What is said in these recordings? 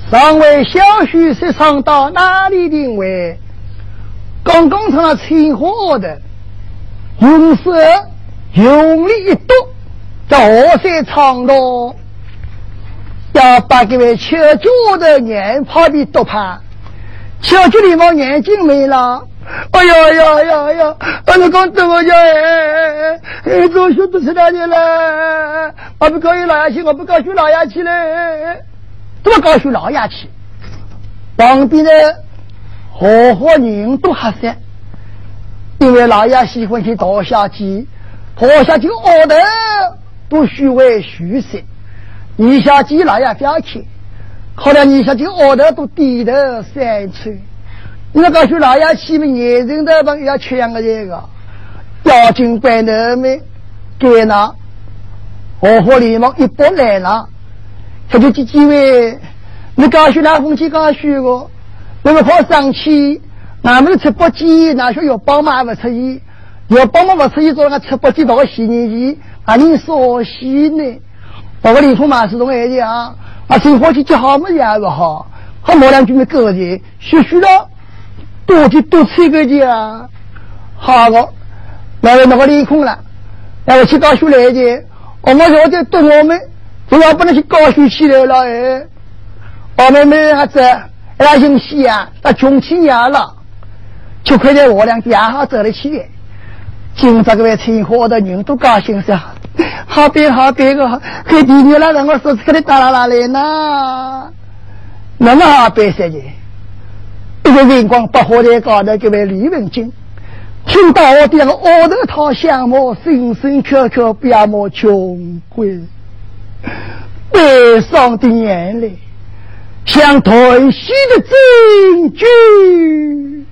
上位小婿是上到哪里定位？刚刚从那清火的用手用力一剁，叫河水长到要把这位求救的人跑比多怕，求救里面眼睛没了。哎呀呀呀呀！你讲怎么样？做兄弟是哪里了？我不高兴老下去，我不高兴老下去嘞。怎么高兴老下去？旁边的合伙人都吓死，因为老爷喜欢去倒下去，倒下去饿的都虚伪虚实。你下去老爷不要去，后来你下去饿的都低头三寸。你那个说老爷去嘛，年轻的帮要缺个这个，要紧关的没给呢。合伙里面一拨来了，他就几位，你告诉那风气告诉我，那个好生气，哪门吃不鸡，哪说有帮忙不出意，有帮忙不出意做那个吃不鸡到个洗年纪，啊你说洗呢？我个里头嘛是种爱的啊，啊生活起就好么样不好，和某两句没个人，许了。多去多吃个家，好个，那个离空了，那个去高修来的，我们说的对我们，就要不能去高修起来了哎，我们没人子，那姓西啊，那穷气年了，就快点我俩家好走得起，今这个位清火的人都高兴噻，好别个，可以弟弟了，让我说给你打啦来呢，那么好别些的。这个眼光把火来搞的这位李文金，听到我的那个额头套项目，深深刻刻不要么穷鬼，悲伤的眼泪像吞噬的证据。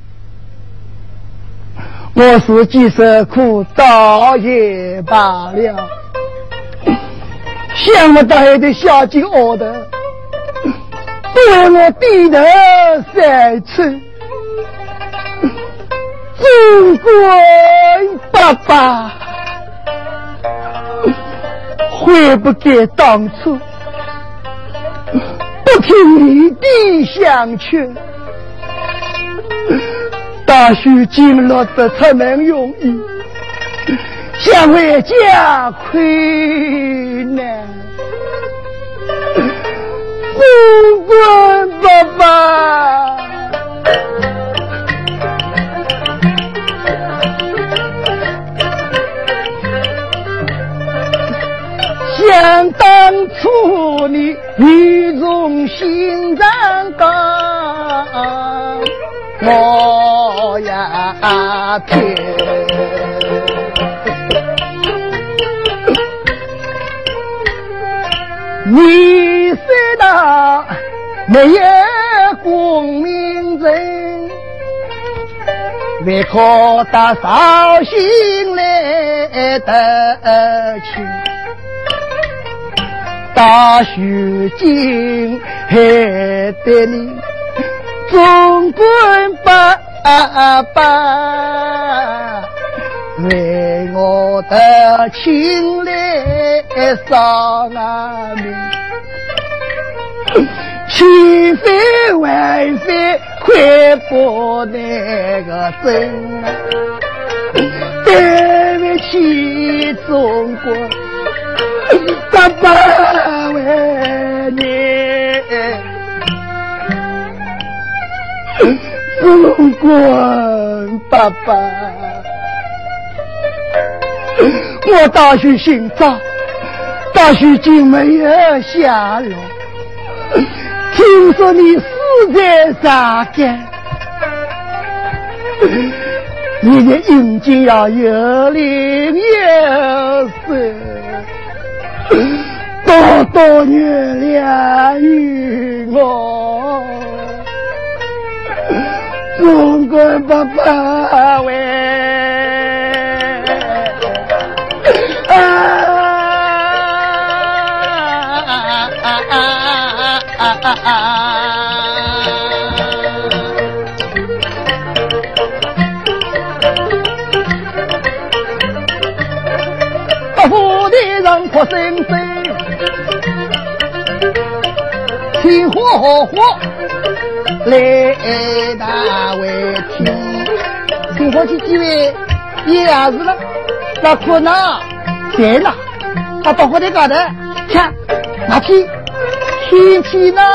我是既受苦倒也罢了，想不到还得下进额头。为我低头三寸，中国爸爸悔不该当初不听你的相劝，大许经落的出门容易，想回家困难。中国爸爸，想当初你语重心长讲，我呀听。你是那没有功名人，为可打绍兴来得亲，大许今还得你总管爸爸为我的情来伤啊命，岂非为非快不那个真啊，对不起中国爸爸为你，中国爸爸，我大许心脏，大许竟没有下落。听说你死在沙干，你的阴茎要有灵有色，多多原谅于我，中国爸爸喂。不负的人破生生， 情火火火来大为听，情火去几位也是了，那可能谁了？他把火的搞的，看拿去天气呢？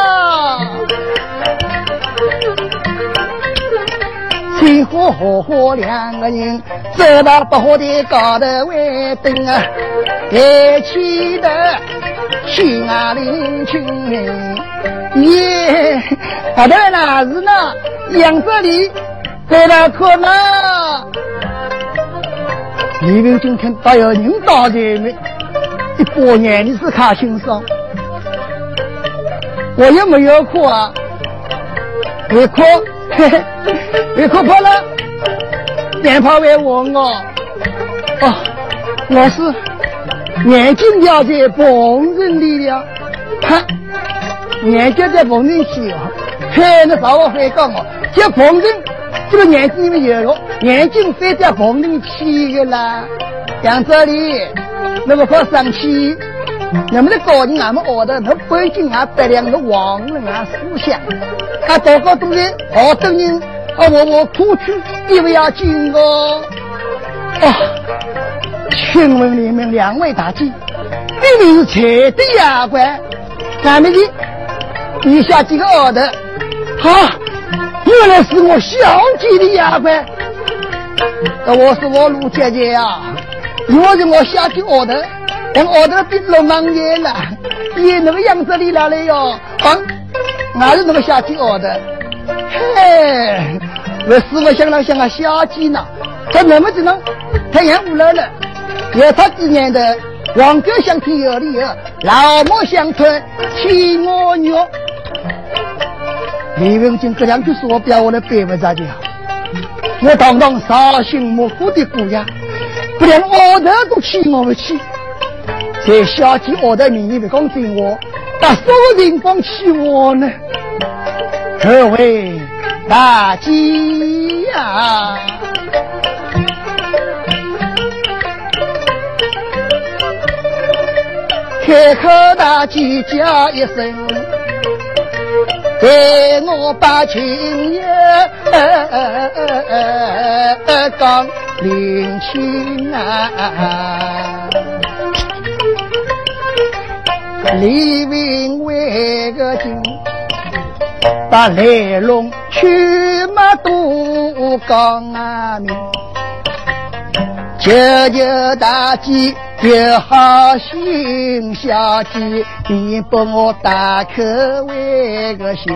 情火火火两个人走到把火的搞的为灯啊，一起的去哪里去？耶，他的哪是呢？养这里对了可能。李文今天到有人到这里，一拨年你是看轻松，我也没有哭啊，没哭，没哭破了，电话为我哦，我是眼睛要在缝纫里了，哈，眼睛在缝纫去哦，看那啥我会讲哦，这缝纫这个眼睛里面有个眼睛非在缝纫去的啦，像这里那个好生气，我们的高人俺们学的，他关键俺白两个王人啊思想，他多个东西好多人我出去也不要紧哦。请问你们两位大姐，你们是谁的牙关？咱们的以下几个耳朵，原来是我小姐的牙关。我是我陆姐姐啊，我是我小姐耳朵，但耳朵比老忙眼了，也那个样子里来了哟。俺是那个小姐耳朵，嘿，我师傅想了想啊，小姐呢，他那么只能太阳无了了。有他几年的王哥相听有理有，老母相推欺我女。李文静这两句说表我的背不着的，我堂堂杀心模糊的姑娘，不连我的都欺我不起，这小姐我的名义不讲真我，但所有人帮欺我呢？各位大姐呀！开口大姐叫一声，给我把情也讲领情啊！李明为个情，把来龙去马都讲啊明，舅舅大姐有好心，小姐你帮我打口为个心。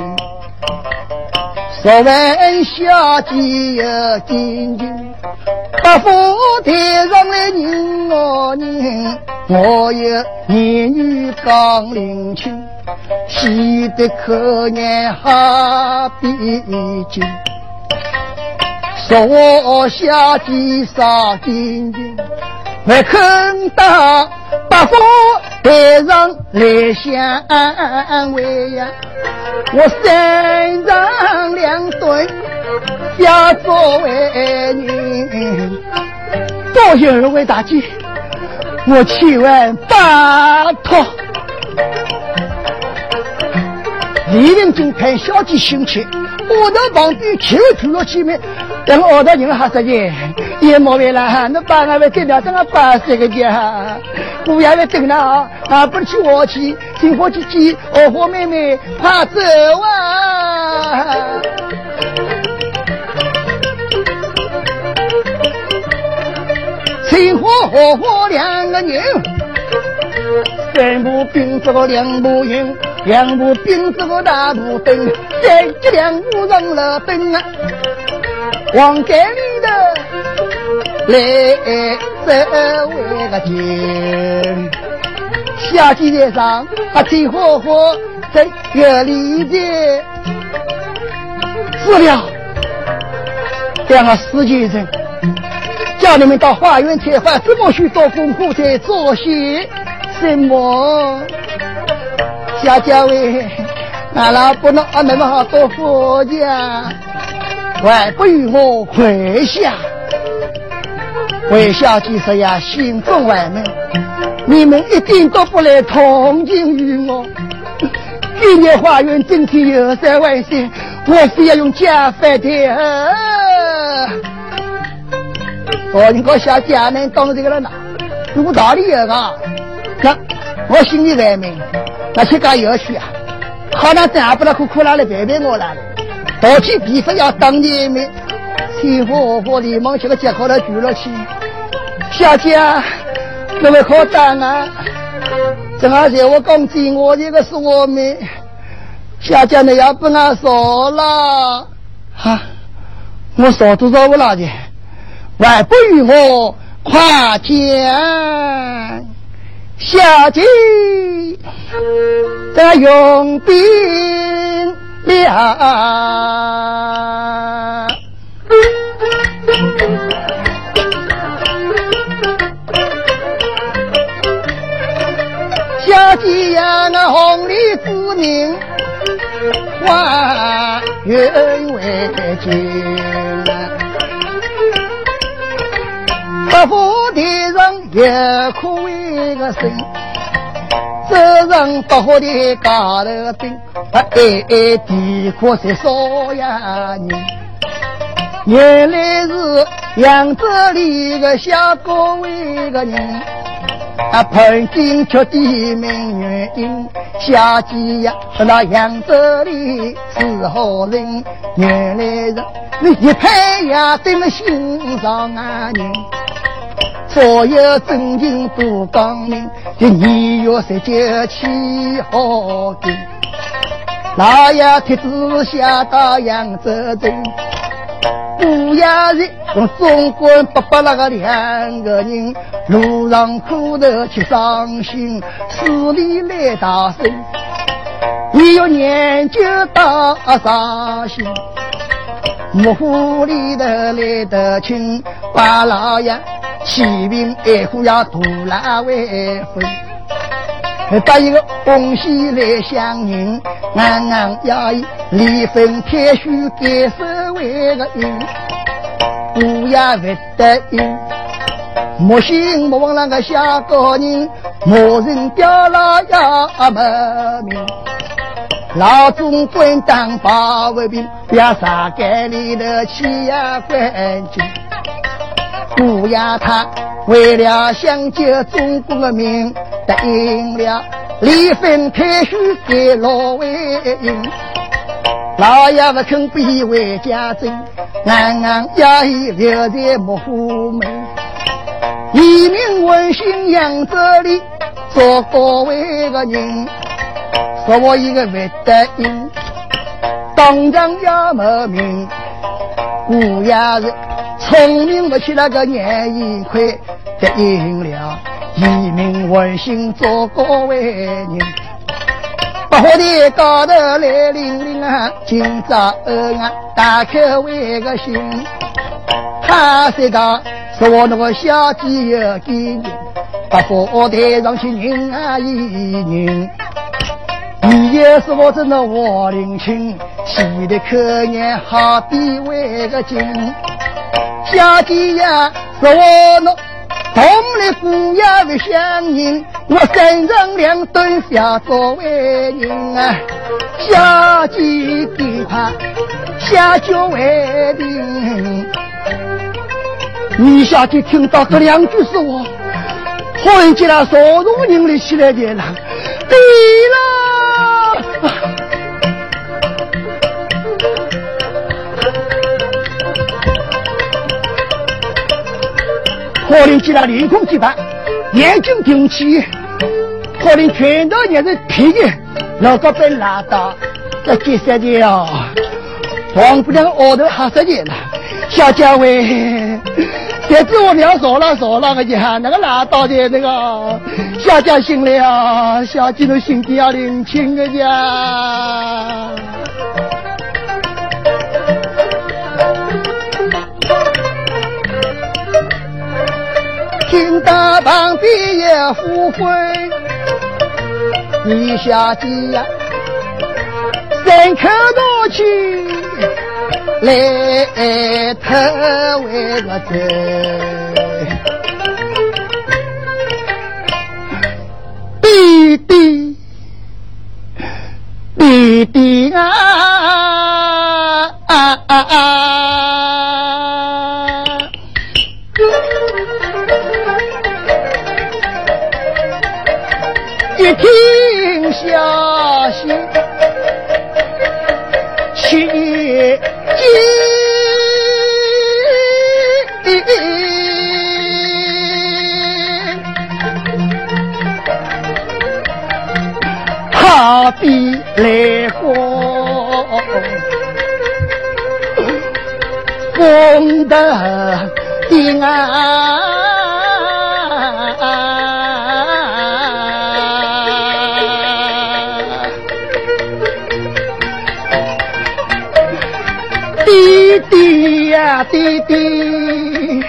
所谓小姐有金金，把福天上来人我人，我有儿女讲领情，喜得可怜好比金。说我小姐少金金，我看到把福台上来相慰呀，我身上两顿要作为人，多谢二位大姐，我千万拜托。李文静看小姐心切，我的旁边全出了前面，等我的人还是也也没为了，那把俺们跟了这个把这个家，不要来等了啊！不去我去，请我去接我妹妹，怕走啊！请火两个人，三步并这个两步赢。两部兵这个大步灯，在这两步上了灯啊，往给你的来这位个姐，下几天上挺火火在月里的资料，两个司机人叫你们到花园去花这么许多功夫在做些什么？小家位，俺老不能那么好多佛家，还不与我回下。为小姐说呀，心中外面，你们一定都不来同情于我。 今年花园整体有3万些，我非要用假饭的。你搞小家呢，当这个人呐，有道理啊！那我心里外面，那些个有趣啊，好难咱不能苦来陪陪我来了。到起比分要当年面，幸福和你忙些个结合的聚了去。小姐，各位科长啊，正好在我讲真，我这个是我们小姐呢，要不俺说了哈，我说多少不了的，还不与我夸奖。小姐在用兵了。小姐呀，那红里之名花园为君，不服的人也可为个生，这人不服的搞了病，的可是说呀你。原来是扬州里个小各位个人，碰见却的名原因，小姐呀，那扬州里是好人，原来人你一拍呀，对我心上啊人，所有真情都讲明，这2月19起好的，老爷帖子下到扬州城。不要人用中国800那个2个人，路上苦头去伤心，市里来大声，你要研究到伤心，幕府里头来得亲，把老爷起名爱护要独拉为分。把一个东西来相迎，暗暗要以离分铁须给手为个因，不要不得因，莫信莫忘那个下个人，莫人掉了要没命，老总管当保卫兵，不要杀该里的欺压关键，不要他为了想救中国的命，答应了离分铁须给老为应，老爷不肯逼为家珍，暗暗压抑留在幕府门，一名文心扬州里做各位个人，说我一个为得应，当场要没命，故也是聪明不起那个眼一块，答应了一名文心做各位人，把我的高头来领领啊，今朝啊打开为个心，他说道是我那个小姐有给人，把佛台上去人啊一人，你也是我真的我领情，洗的可眼好比为个精，小姐呀是我那同来姑爷为相迎，我身上2顿小作为人啊，小姐给他下酒为定。你小姐听到这2句是我混进了所有人里起来的了，对了。可能起了凌空击败，眼睛顶起，可能全都也是皮的，老高被拉到这结实的哦，王不娘额头吓死人了，小家伙。这次我俩说了个呀，那个拉倒的那个小家心里啊，小姐的心底要领情的呀。听到旁边也互惠，你小姐呀，3口多去。来头为个贼，弟弟好比雷锋，风的阴暗。弟弟呀，弟弟，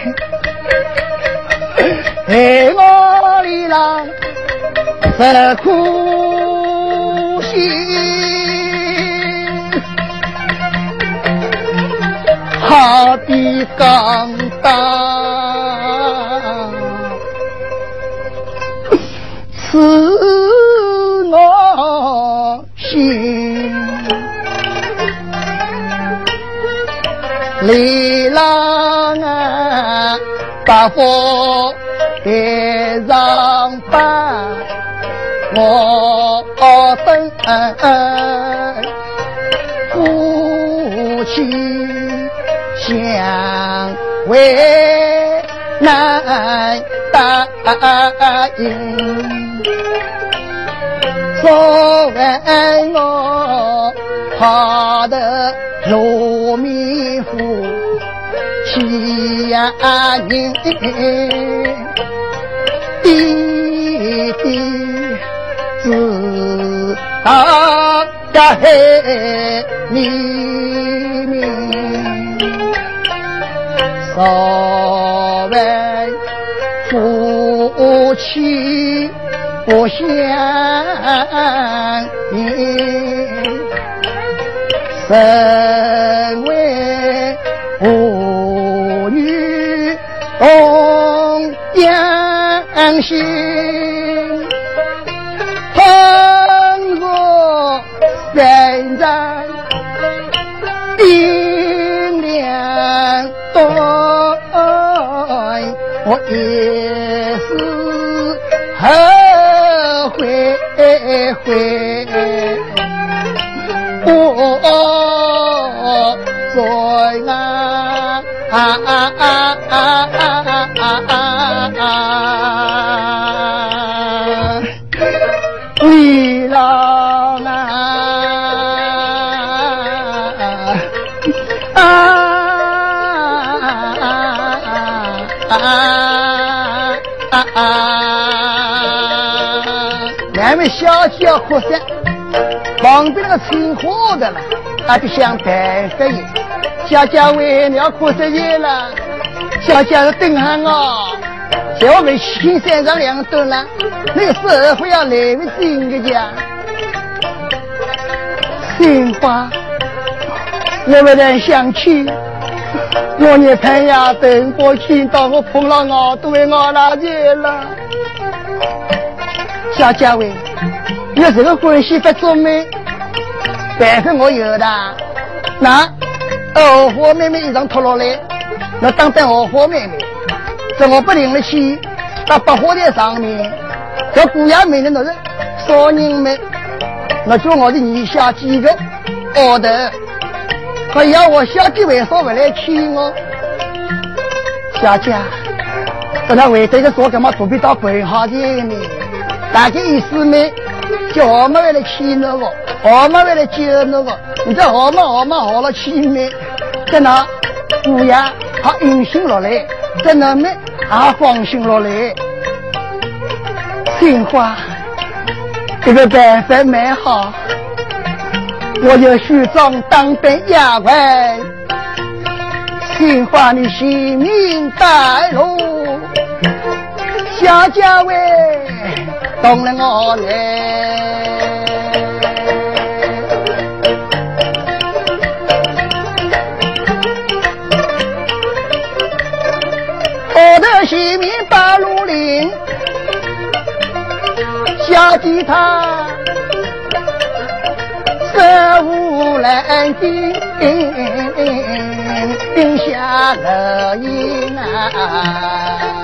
爱我里郎吃苦心，好比钢刀刺我心。里郎啊，把火给上班，我等夫妻相为难答应，作为我好的罗密夫妻呀人，弟弟知道的黑秘密，所谓夫妻不相依，身为父女同样心，倘若现在定两对，我也是后悔。我在为郎两位小姐要哭声，旁边那个清火的了，还得想办法耶。小姐为你要哭声夜了，小姐是等下我，叫我们新山上2顿了，那个社会要来为真的家。心花，有没有人想起？我女朋友等我看到我碰了我都为我拉结了。小家伟，有这个关系不做媒，办法我有的。那二货妹妹一张拖落来，那当等二货妹妹，这我不领了去到百货店上面，这姑娘妹妹那是少人们，那就我的女下几个我的，可要我小姐为啥不来请我？小姐，这他为这个说干嘛不必到本行里面？大家意思没？叫我们为了气那个，我们为了接那个，你这我们好了气没？在那姑娘他隐形落来，在那没还放心落来。心花，这个办法蛮好，我就虚装当本丫鬟。心花你性命带路，小家喂。懂了我来，我的西面八路岭，小吉他色无兰金，定下了音啊。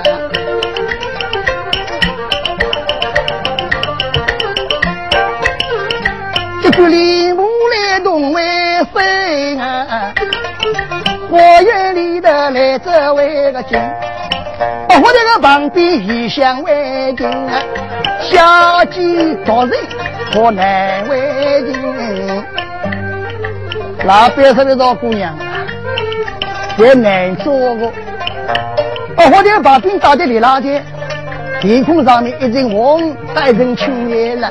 这里木来东为谁啊？我眼里的来这位个金，哦我这个旁边异乡为定，小鸡做人可难为情。老边上的老姑娘也难做过。我这个旁边打的里拉的天空上面一阵红，带阵青叶了，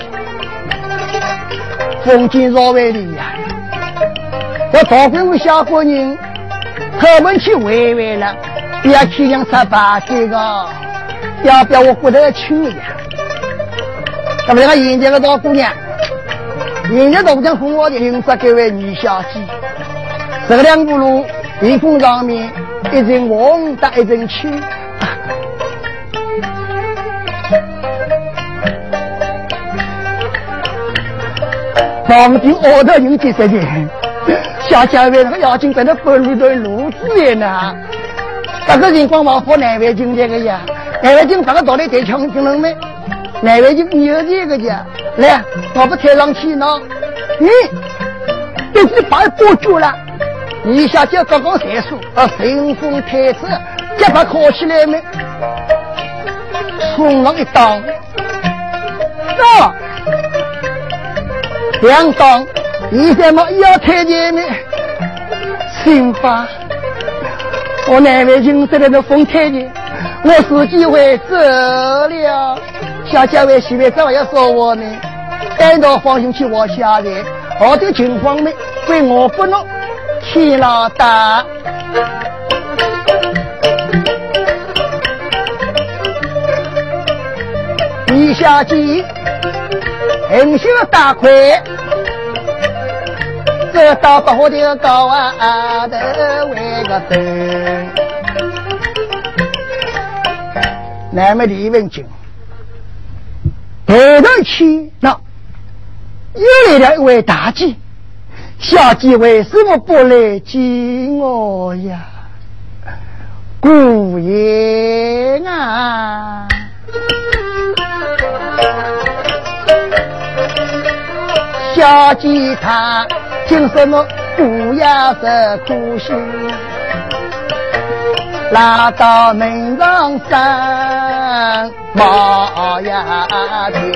风景若为里呀。我早跟我小姑娘他们去喂喂了，不要去养啥把这个，要不要我过得去呀？那么这个人家的老姑娘，人家都讲哄我的领着各位女小姐，这个两步路天空上面一阵红，带一阵青。旁边我的人几十年，下家位那个妖精在那半路的路子呢，这个情况往后南北京这个呀，南北京这个道理得强听了没？南北京你有这个家，来，我不贴上去呢，都是把过住了，你下家刚刚结束，神风太子，这把考起来没？冲上一当，啊！两当，你怎么要太监呢？心法，我南北京这边的封太监，我自己会走了。下家为媳妇干嘛要说我呢？赶到放心去我下来，我这情况呢，为我不能天老大。你下去。很小大块，这大把火的高啊的为个灯，那么李文静头上去那又来了一位大姐，小姐为什么不来接我呀？姑爷啊！小姐她凭什么不要这苦心，拉到门上山冒呀天，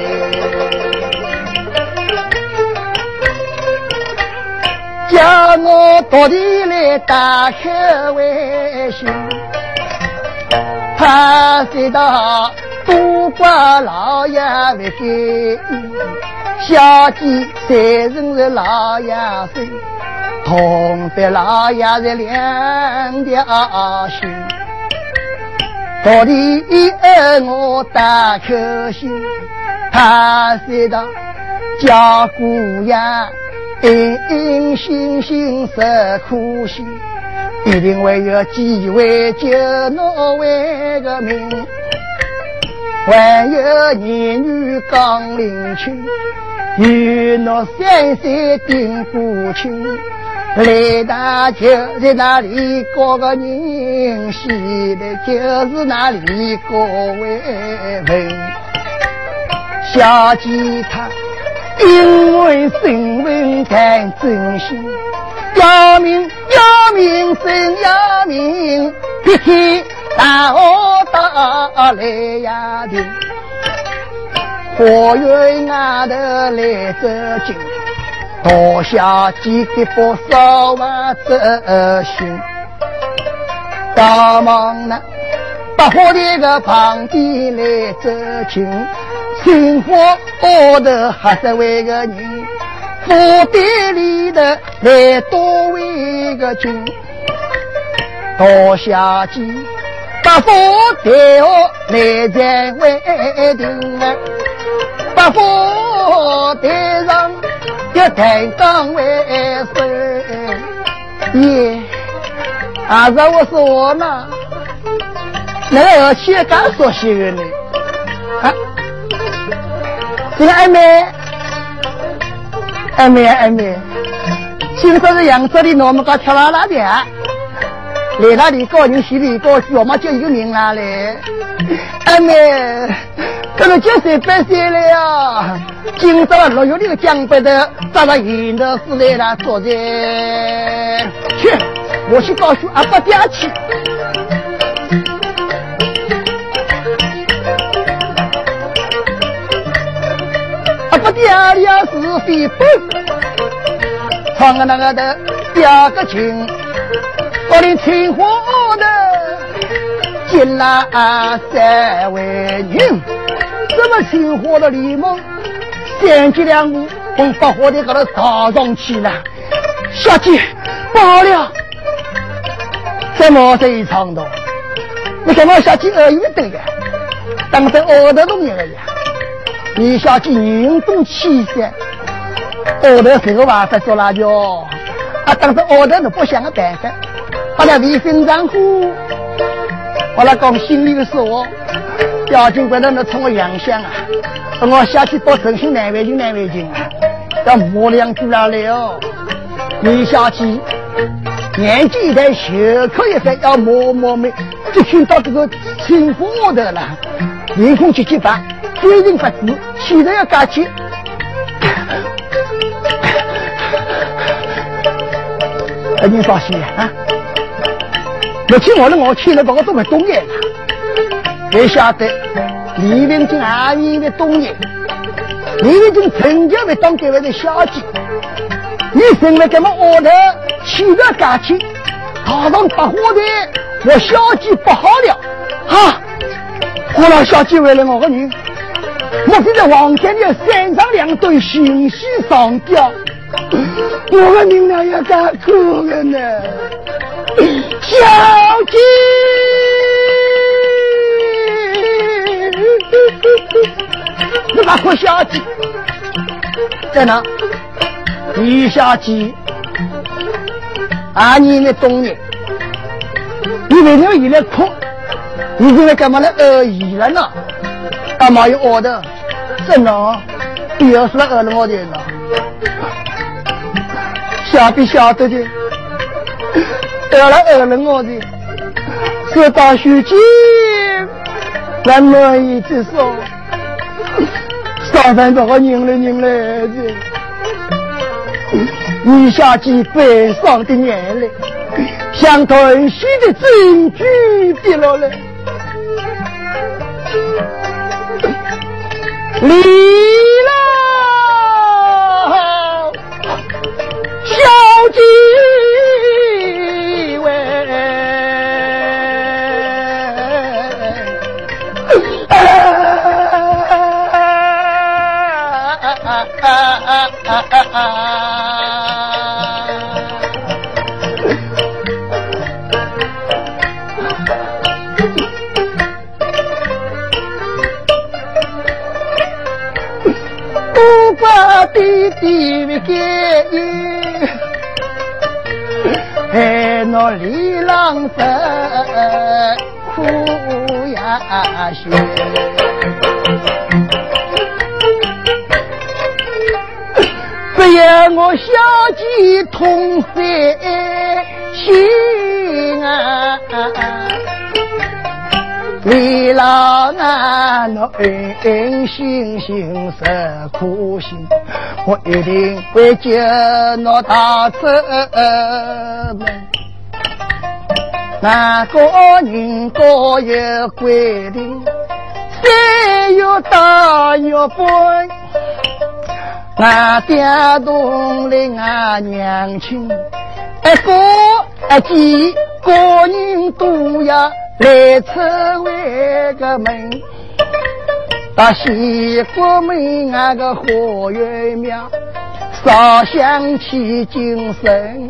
叫我到底来打开微信，他知道不管老爷为给小姐三人是老爷子，同在老爷子两条心，到底我大口心，他知道叫姑爷硬心心实苦心，一定会有机会救我为个命，还有年女刚领去，与那三岁定不清，来大就在那里过个人，西的就是那里过为文。小姐她因为身份太真心，要命要命真要命，脾气大哦大来呀的，火源外头来走近，多下几个不少万这心，大忙呢把火的个旁边来走近，生活我的还是为个人，府邸里的来多为个君，多下几把府邸我来在为定啊，把府邸上一抬杠为生耶，还是我说呢，那个要去干说些个呢啊？这个暧昧，现在是扬州的我们搞跳拉拉的，来那里高人洗里高我们就一个名啦嘞，暧昧，这个就是白些了呀。今朝老有那个江北的，咱们赢的是来了做的，去，我去告诉阿伯家去。 哪里啊是非不？唱个那个的第二个情，我的情火的进来三位女，这么情火的李梦，贤妻良母，我把火的给他打上去了。小姐，不好了！怎么这一场的？你干嘛小姐耳语对呀？当在耳朵中而已。你小姐运动气血，耳朵这个办法做了就啊，当着耳朵都不想个办法，把那微信账户，我来讲心里的说，要尽管那从我洋相啊，我下去多真心难为情难为情啊，要磨亮出来了。你小姐年纪一代，学科一代，要磨没，就听到这个情妇的了，凌空去办，规定法子，起来要加去。你放心啊，我听我的，我去了把我都会东野了。你晓得李文静阿姨的东野，李文静曾经为当给我的小姐，你认为干嘛我的起了加去，好上把火的，我小姐不好了啊！后来小姐为了我个人，我现在房间里三上两对信息上吊。我的人呢也干可怜呢，小姐，你把我小姐在哪？李小姐，啊，你的东西，你为什么以来哭？你现在干嘛来疑了呢？干嘛有我的？真的，第二是来了我的呢。晓得晓得的，了我的，是大书记，咱们一起说，上班把我拧来的，你下去悲伤的眼泪，像吞噬的珍珠滴落来，离了。小姐喂，不把弟弟为给哎，那里浪子苦呀血，不要我小姐痛死心啊！你老啊，那恩心心是苦心，我一定会救那大车门。那个人各有规定，谁有大有本。俺爹东来俺娘亲，一几个人都要来成为个门，把西国门那个火月庙烧香起精神，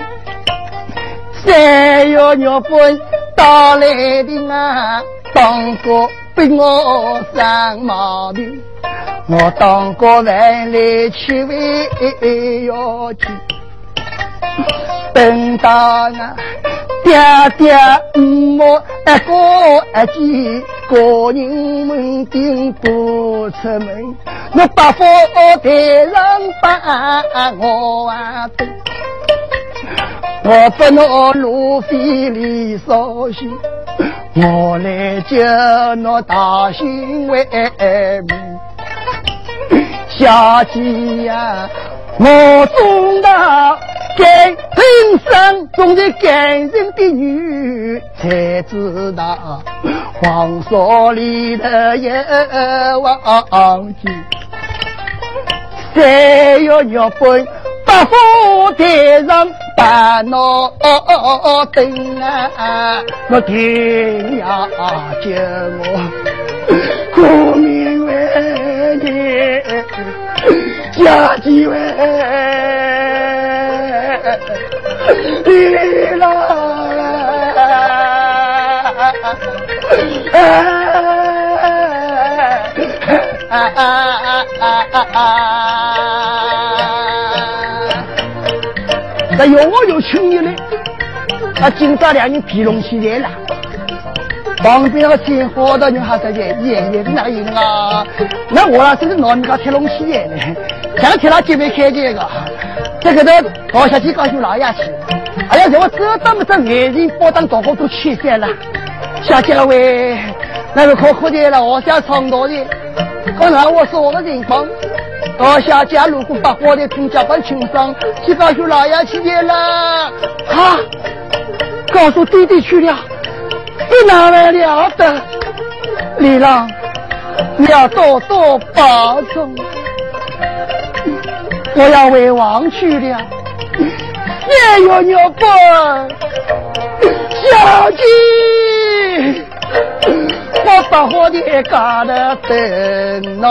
谁有日本到来的啊，当过被我上毛病，我当过万里去为要紧，等到啊爹爹我一几个人们顶不出门，我把火台上把我等，我不能路费里烧心，我来救我大心为民。小姐呀，我中到感人生中的感人的女，才知道黄沙里的也忘记谁有鸟本八府天上把那灯啊，我定要救我，苦命为你下几位你那有我有情人呢，今朝两人皮龙起来了，旁边那个鲜花的人还在演那个人啊，那我那是脑米个铁龙起来呢，想起他这边开这个，这个的搞下去告诉老爷去，哎呀，我这么这眼睛包当早好都去散了，小姐喂，那个可的了，我想唱到的，刚才我说的情况。小姐如果把我的评价班情商去告诉老爷去见了啊，告诉弟弟去了，这哪来了的？李郎，你要多多保重，我要为王去了，也有牛本小姐，我把我的嘎的等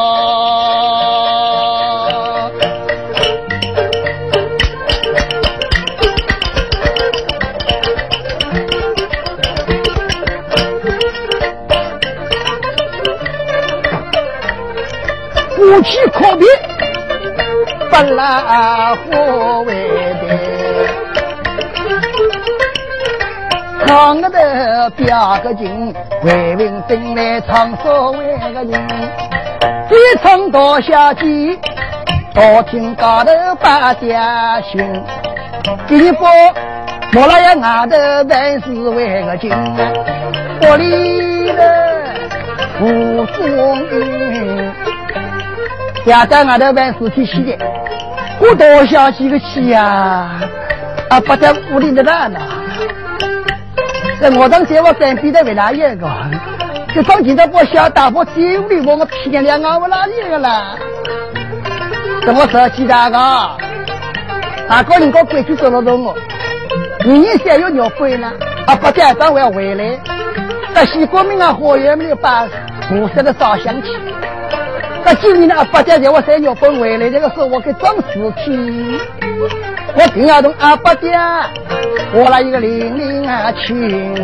夫妻可别不拉火为的，唱个的表个情，为民真来唱所谓个人，一唱到下集，多听高头把家训，第一波莫拉呀俺的万事为个情，我里的武松云。呀，在俺的办事体系的，我多想几个气呀！不在屋里的烂了。在我当时我身边的为哪一个？这上今天我小大伯在屋里我屁眼两个我哪一个了？怎么说起大个？个人个规矩做了动我，你先有鸟飞呢？不在当我要回来。在西国民啊，火源没有把五色的烧香起。那今年呢，八家在我3月份回来这个时候，我给装尸体，我定要从八家，我来一个零去，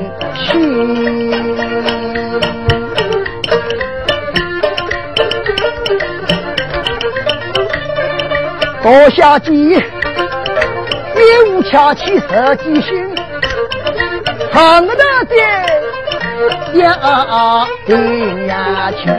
多下鸡，也无巧气设计心，长的在呀定呀情。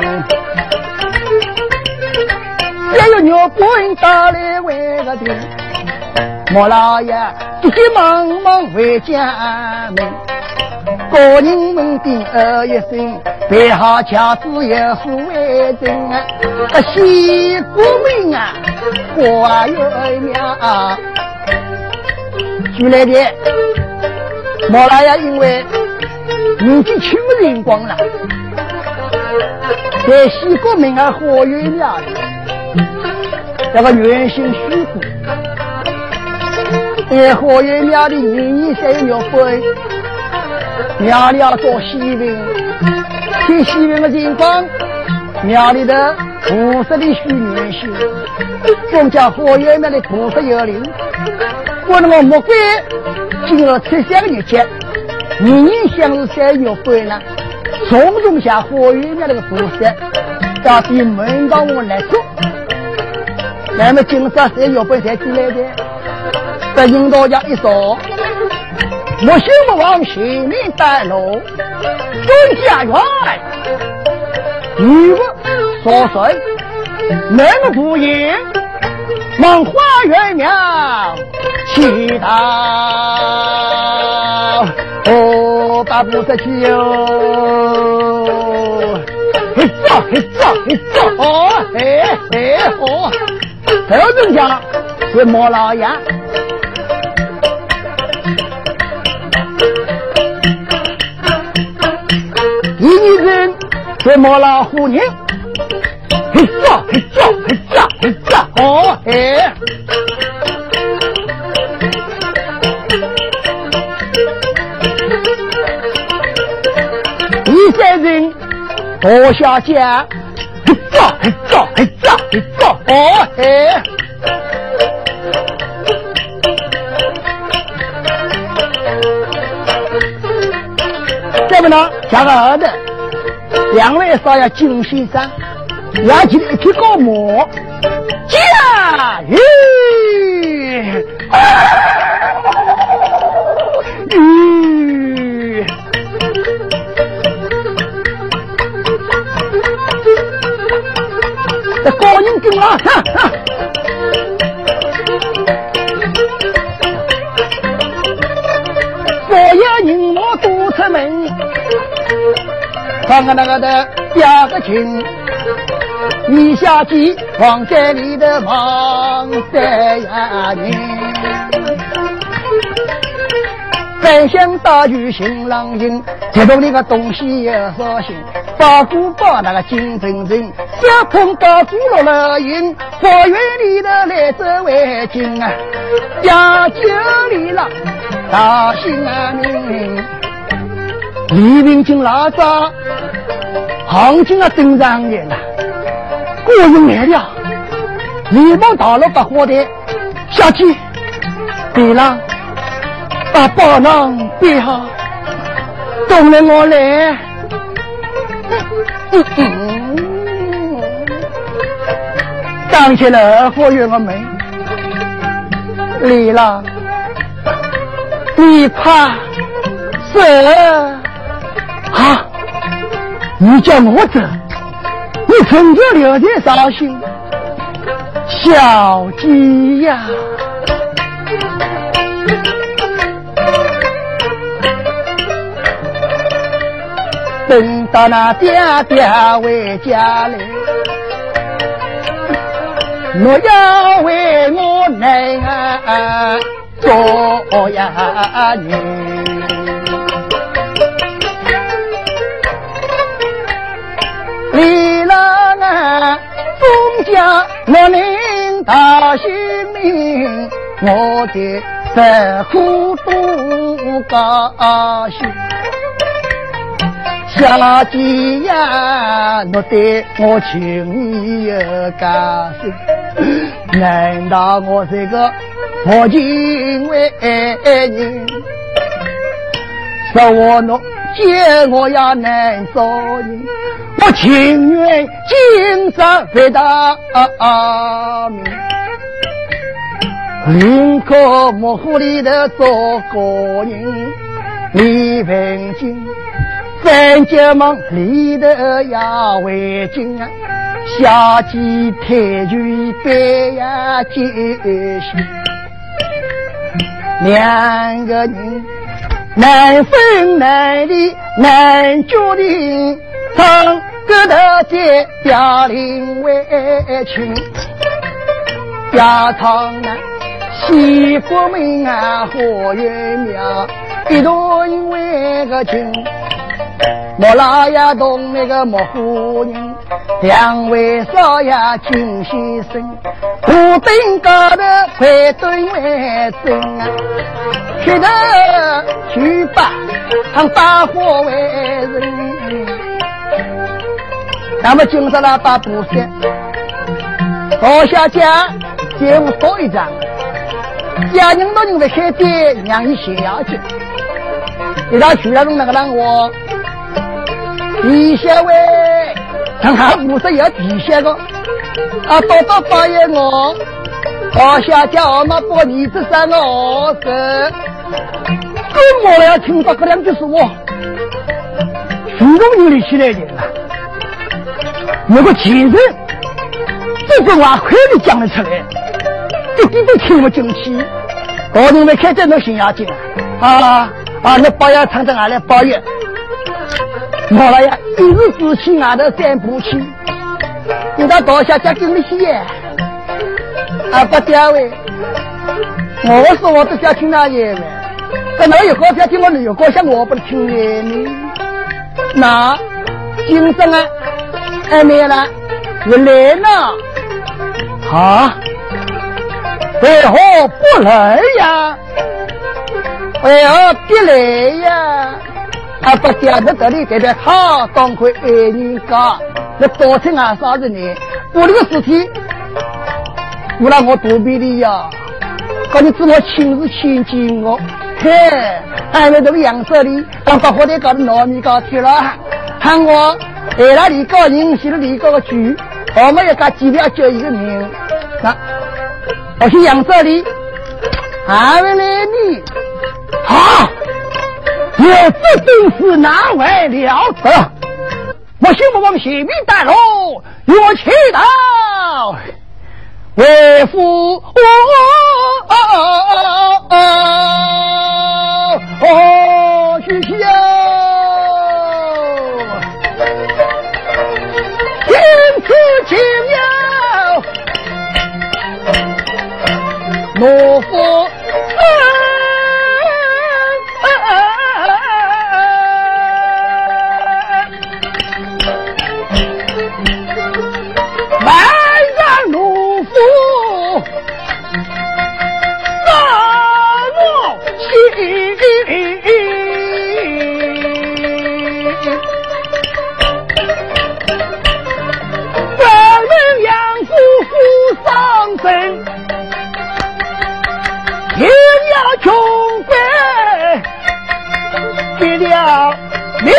也有牛不人打来为个的，莫老爷急急忙忙回家门，个人们定一声，备好轿子也是为证啊，西国民啊，花园庙，举来的莫老爷因为年纪轻人光了，在西国民啊花园庙里。这个原型虚骨，花园庙里年3月份，庙里要做西饼，听西饼的情况，庙里的菩萨的许愿心，中将花园庙的菩萨有灵，我那么魔鬼进了73个日节，年相是3月份呢，种种下花园庙那个菩萨，到底门当我来做。那么今朝3月份才进来的，在引导家一说，莫修不往前面带路，蹲下园，女不所水，男不不言，往花园庙祈祷，把菩萨去哟，这人家是莫老爷，一人是莫老虎娘，嘿叫， 哦嘿，一三人坐下家，走，哦嘿。这么呢，加个儿的，两位少爷金先生，要起来一匹高马，驾驭，这高人跟啊，所有人我都出门。看看那个的第二个情，你下去往这里的忙在呀你，本乡大举新郎营，这种那个东西也扫兴，八股把那个金正正，小通高猪落了营，花园里的来这为金啊，家酒里了大兴啊民，黎明进拉扎。行情啊，登上来了，过人来了，连忙打了把火的下去，对了，把包囊背好，等了我来，当起了火源我们，来了，你怕死啊？你叫我走，你曾经留点伤心，小鸡呀！等到那爹爹回家来，我要为我奶儿做呀女。李郎啊，封家我领大姓名，我的在苦多高兴。小姐呀，我对我情意有高兴，难道我这个佛情为人？说我弄见我也难做人。我情愿今朝回到明，宁可模糊里的做个人，你问金三姐忙里的呀为金啊，下季太君别呀结心，两个人难分难离难决定，唱歌的姐家庭为亲，家常啊西府门啊火月庙，一顿为个亲，莫拉呀东那个莫夫人，两位少爷金先生，湖灯高的快顿为真啊，去的去吧让大伙为人。那么今朝了把布衫坐下家给我多一张，家人都认为开店让你写下去，一到去了那个让我地下位让他布衫要地下个啊，多多发现我坐下家我们把你这三个儿子跟我要听到这两句是我主动有力起来的了，如果前人这个话快点讲了出来，一点都听不进去，我认为开这种心眼睛啊，那包要唱着俺来包月，我了呀，一日之气俺的三步去，你到倒下家给你写啊，不掉喂，我说我都想听那爷们，在哪有好想听我旅游歌，像我不是听爷们，那今生啊。还没了，我来了，好。 为何不来呀？为何不来呀？啊，不讲的这里这边好，赶快爱人家，那多听啊啥子呢？我这个事情，我让我躲避的呀，搞你怎么亲自亲近我？嘿，俺们这个阳色里，当把火的搞的糯米糕去了，喊我为了你搞人，写了你搞个剧，我们要搞几条叫一个名，那我去阳色里，俺们来你，好。有这本事哪位了得？我希望我们血命带路，我祈祷为父许下天赐情要懦夫也要穷悲给了你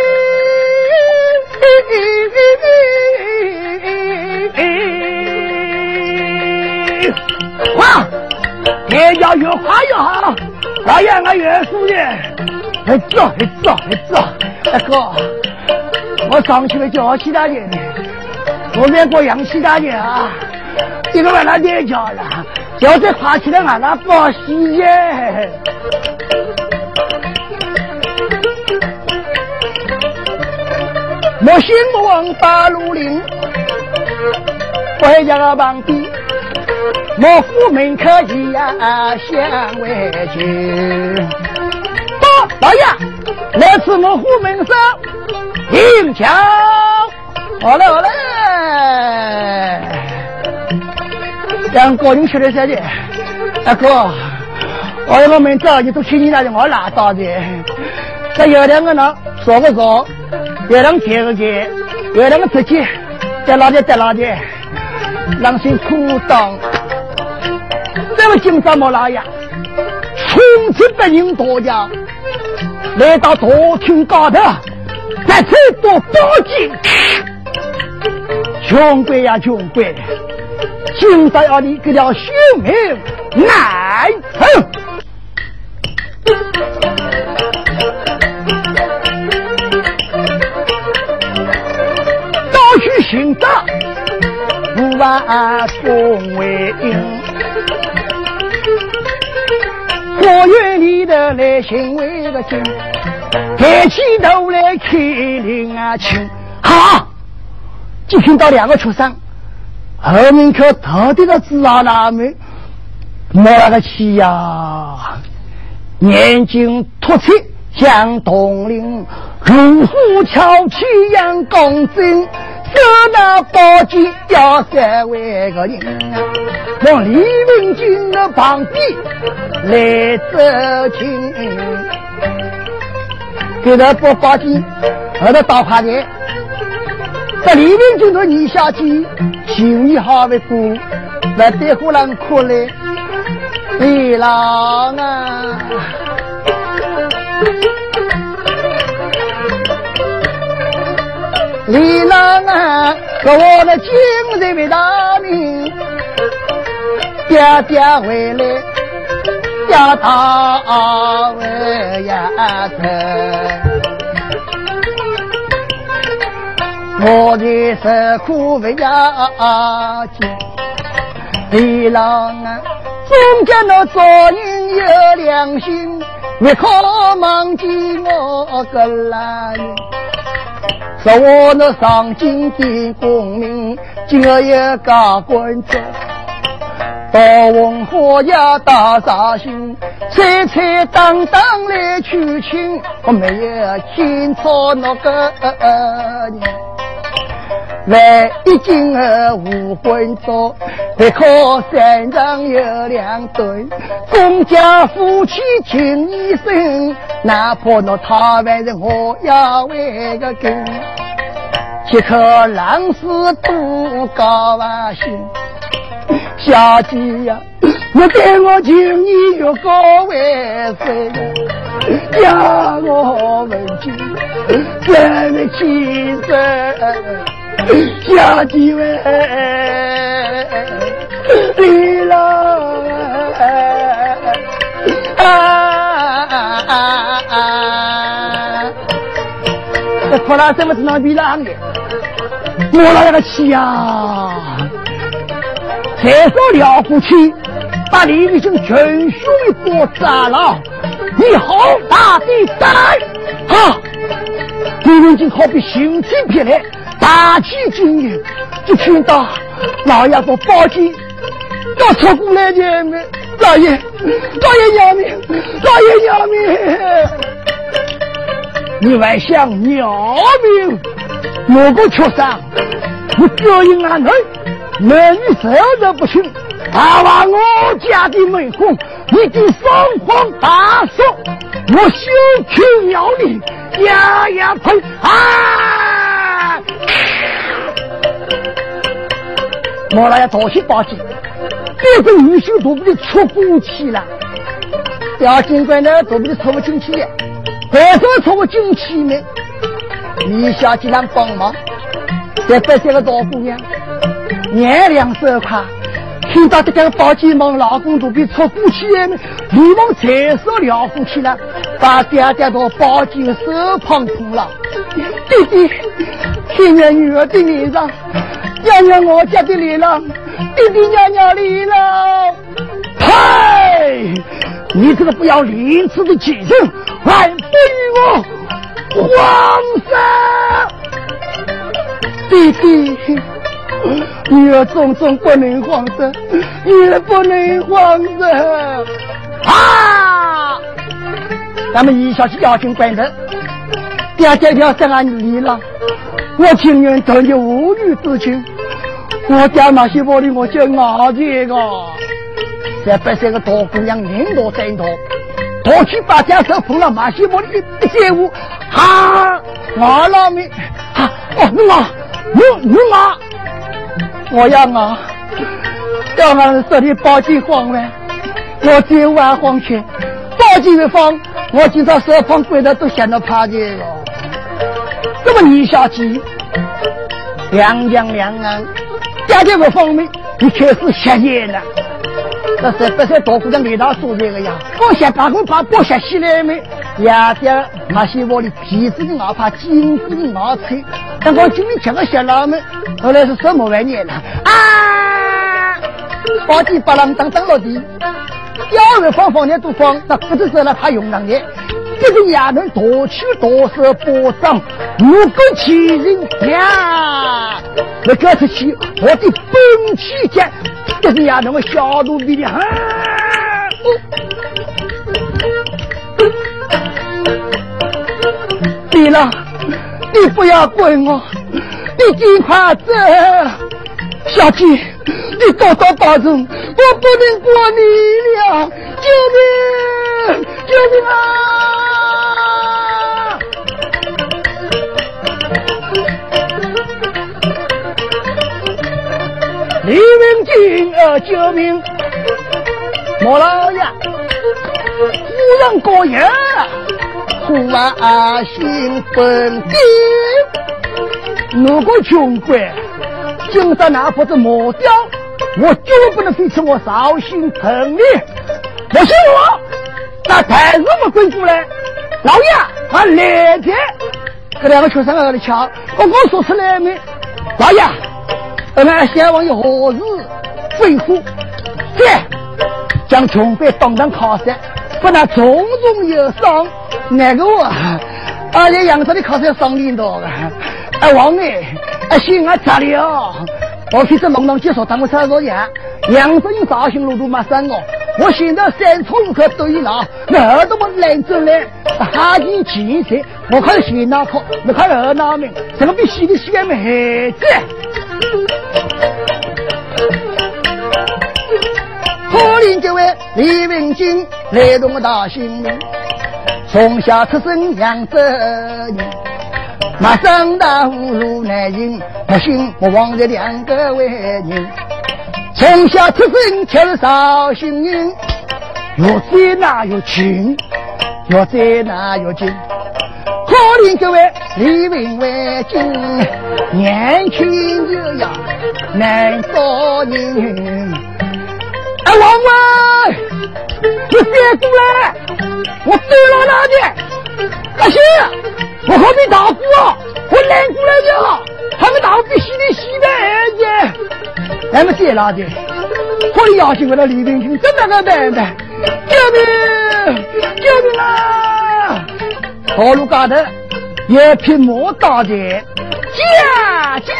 哇也要越快越好，老爷我越输的来走大哥我上去了叫其他人我面过养其他人啊一个晚上跌跤了要再爬起来俺那报喜耶我心往大路岭回家个旁边我父门可以呀相为去老爷来自我父门上迎桥好嘞让个人吃的下去大哥我们名字你都听你那我拿到的这有两个呢说个说有两接个接有两个直接在哪里让心苦当这么今朝莫老爷从此的人多家来到多群高头在最多报警穷鬼呀穷鬼今朝要你给了性命难成都去行道不把风为应我愿你的来行为个经抬起头来看林啊亲好就听到两个畜生后面可特地的知道他们没那个气呀眼睛突出像铜铃如虎翘起样公正这那宝剑要三位个人往李文君的旁边来走近给他把宝剑和他打垮的这李文君的你下去心里好为过来对忽然哭嘞李郎啊李郎啊说我的精神为大名爹爹回来家大为呀我的是苦为呀李郎啊中间的做人有良心为何忘记我个来说我那上进的公民今儿也搞官职到文化呀大杀心彩彩当当来娶亲我没有清楚那个为一斤儿无荤做，为可身上有两顿，公家夫妻情一生，哪怕那他为人我要为个根，岂可浪死不高兴。小姐呀，我给我请你有个为谁呀？我问君怎么起身？小姐喂，离了这拖拉什么是那比浪的？我那个气呀！这手了不起，把李立兄全兄一波炸了，你好大的胆啊！李立兄好比心情撇来，大起惊人，就听到老爷子报警，要出过来见面，老爷要命，老爷要命！你还想要命？我个畜生，我这一安人。男女手都不行，把我家的美红已经双方大手，我休去要你呀呸啊！我来要多去报警，别个女性都不得出过去了，要尽管呢都不得抽不进去的，别说抽不进去呢，你小姐让帮忙，再摆这个大姑娘。年两手快，听到这个报警忙，老公都被出过去了，连忙厕所了过去了，把爹爹到报警手旁痛了。弟弟，听见女儿的脸上，娘娘我家的脸上，弟弟娘娘离了。呸！你这个不要廉耻的贱人，还不与我皇上！弟弟。女儿种种不能皇上，女儿不能皇上啊！咱们一小时要紧关头，爹爹要在俺离了，我情愿等你无语之情。我家那些玻璃我就拿这个，这不是个大姑娘领导真多，多去把家手碰了马西玻璃一些物啊！我老命啊！哦，你妈！我要俺这里报警慌完，我只晚慌去报警的慌，我今朝手旁跪的都想到怕这个。那么你小姐两岸家这个方面你确实瞎眼了，这是不是大姑娘给他说这个呀？我想把剥下起来没呀的那些我的皮子的哪怕金子的哪吹，但我今天讲个小老们后来是什么玩意了啊？报警把人当落地，要人放的都放，那不是说了他用上的，这个也能夺取夺舍保障，如果欺人呀，那个是起我的本气节，这个也能够小肚皮的啊！对了，你不要管我，你尽快走，小姐，你多多保重，我不能过你了，救命！救命啊！李文金救命！莫老爷，夫人过夜。苦啊心本地，如果穷鬼今朝哪怕是磨掉，我绝不能飞出我绍兴城里。不信我，那台子我滚出来，老爷还来着。这两个学生儿的瞧，我说出来没？老爷，俺先王有何事吩咐？这将穷鬼当当靠山，不那种种有伤。那个我而且杨州的考试要上领导的王心杂了我去这龙堂介绍他们3多年杨州人绍兴路都马上我现在3重可对了哪儿都不认真来哈进前线我看谁哪可，我看二哪名，这个比西的西边没子。可怜这位李文金来动大姓名，从小出生养着人，马上大户入难营，不幸我忘了两个为人。从小出生却少幸运，越在哪越穷，越在哪越穷。可怜这位李文为金，年轻就要难做人。哎，王文，你别过来，我对了哪里？可是我和你打鼓啊，我来过来就好，他们打鼓必须得西边儿子，咱们接哪里？我的邀请我的李文君，真的个蛋蛋，救命！救命啊！道路高头一匹马大姐，驾驾！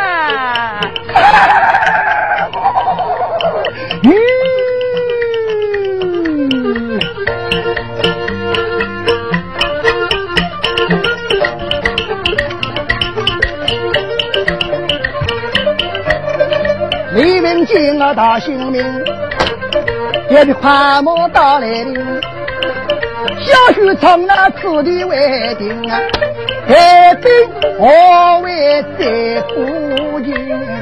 李文金啊大姓名，也比快马到来临，小许从那此地为定啊，海滨我为在不近。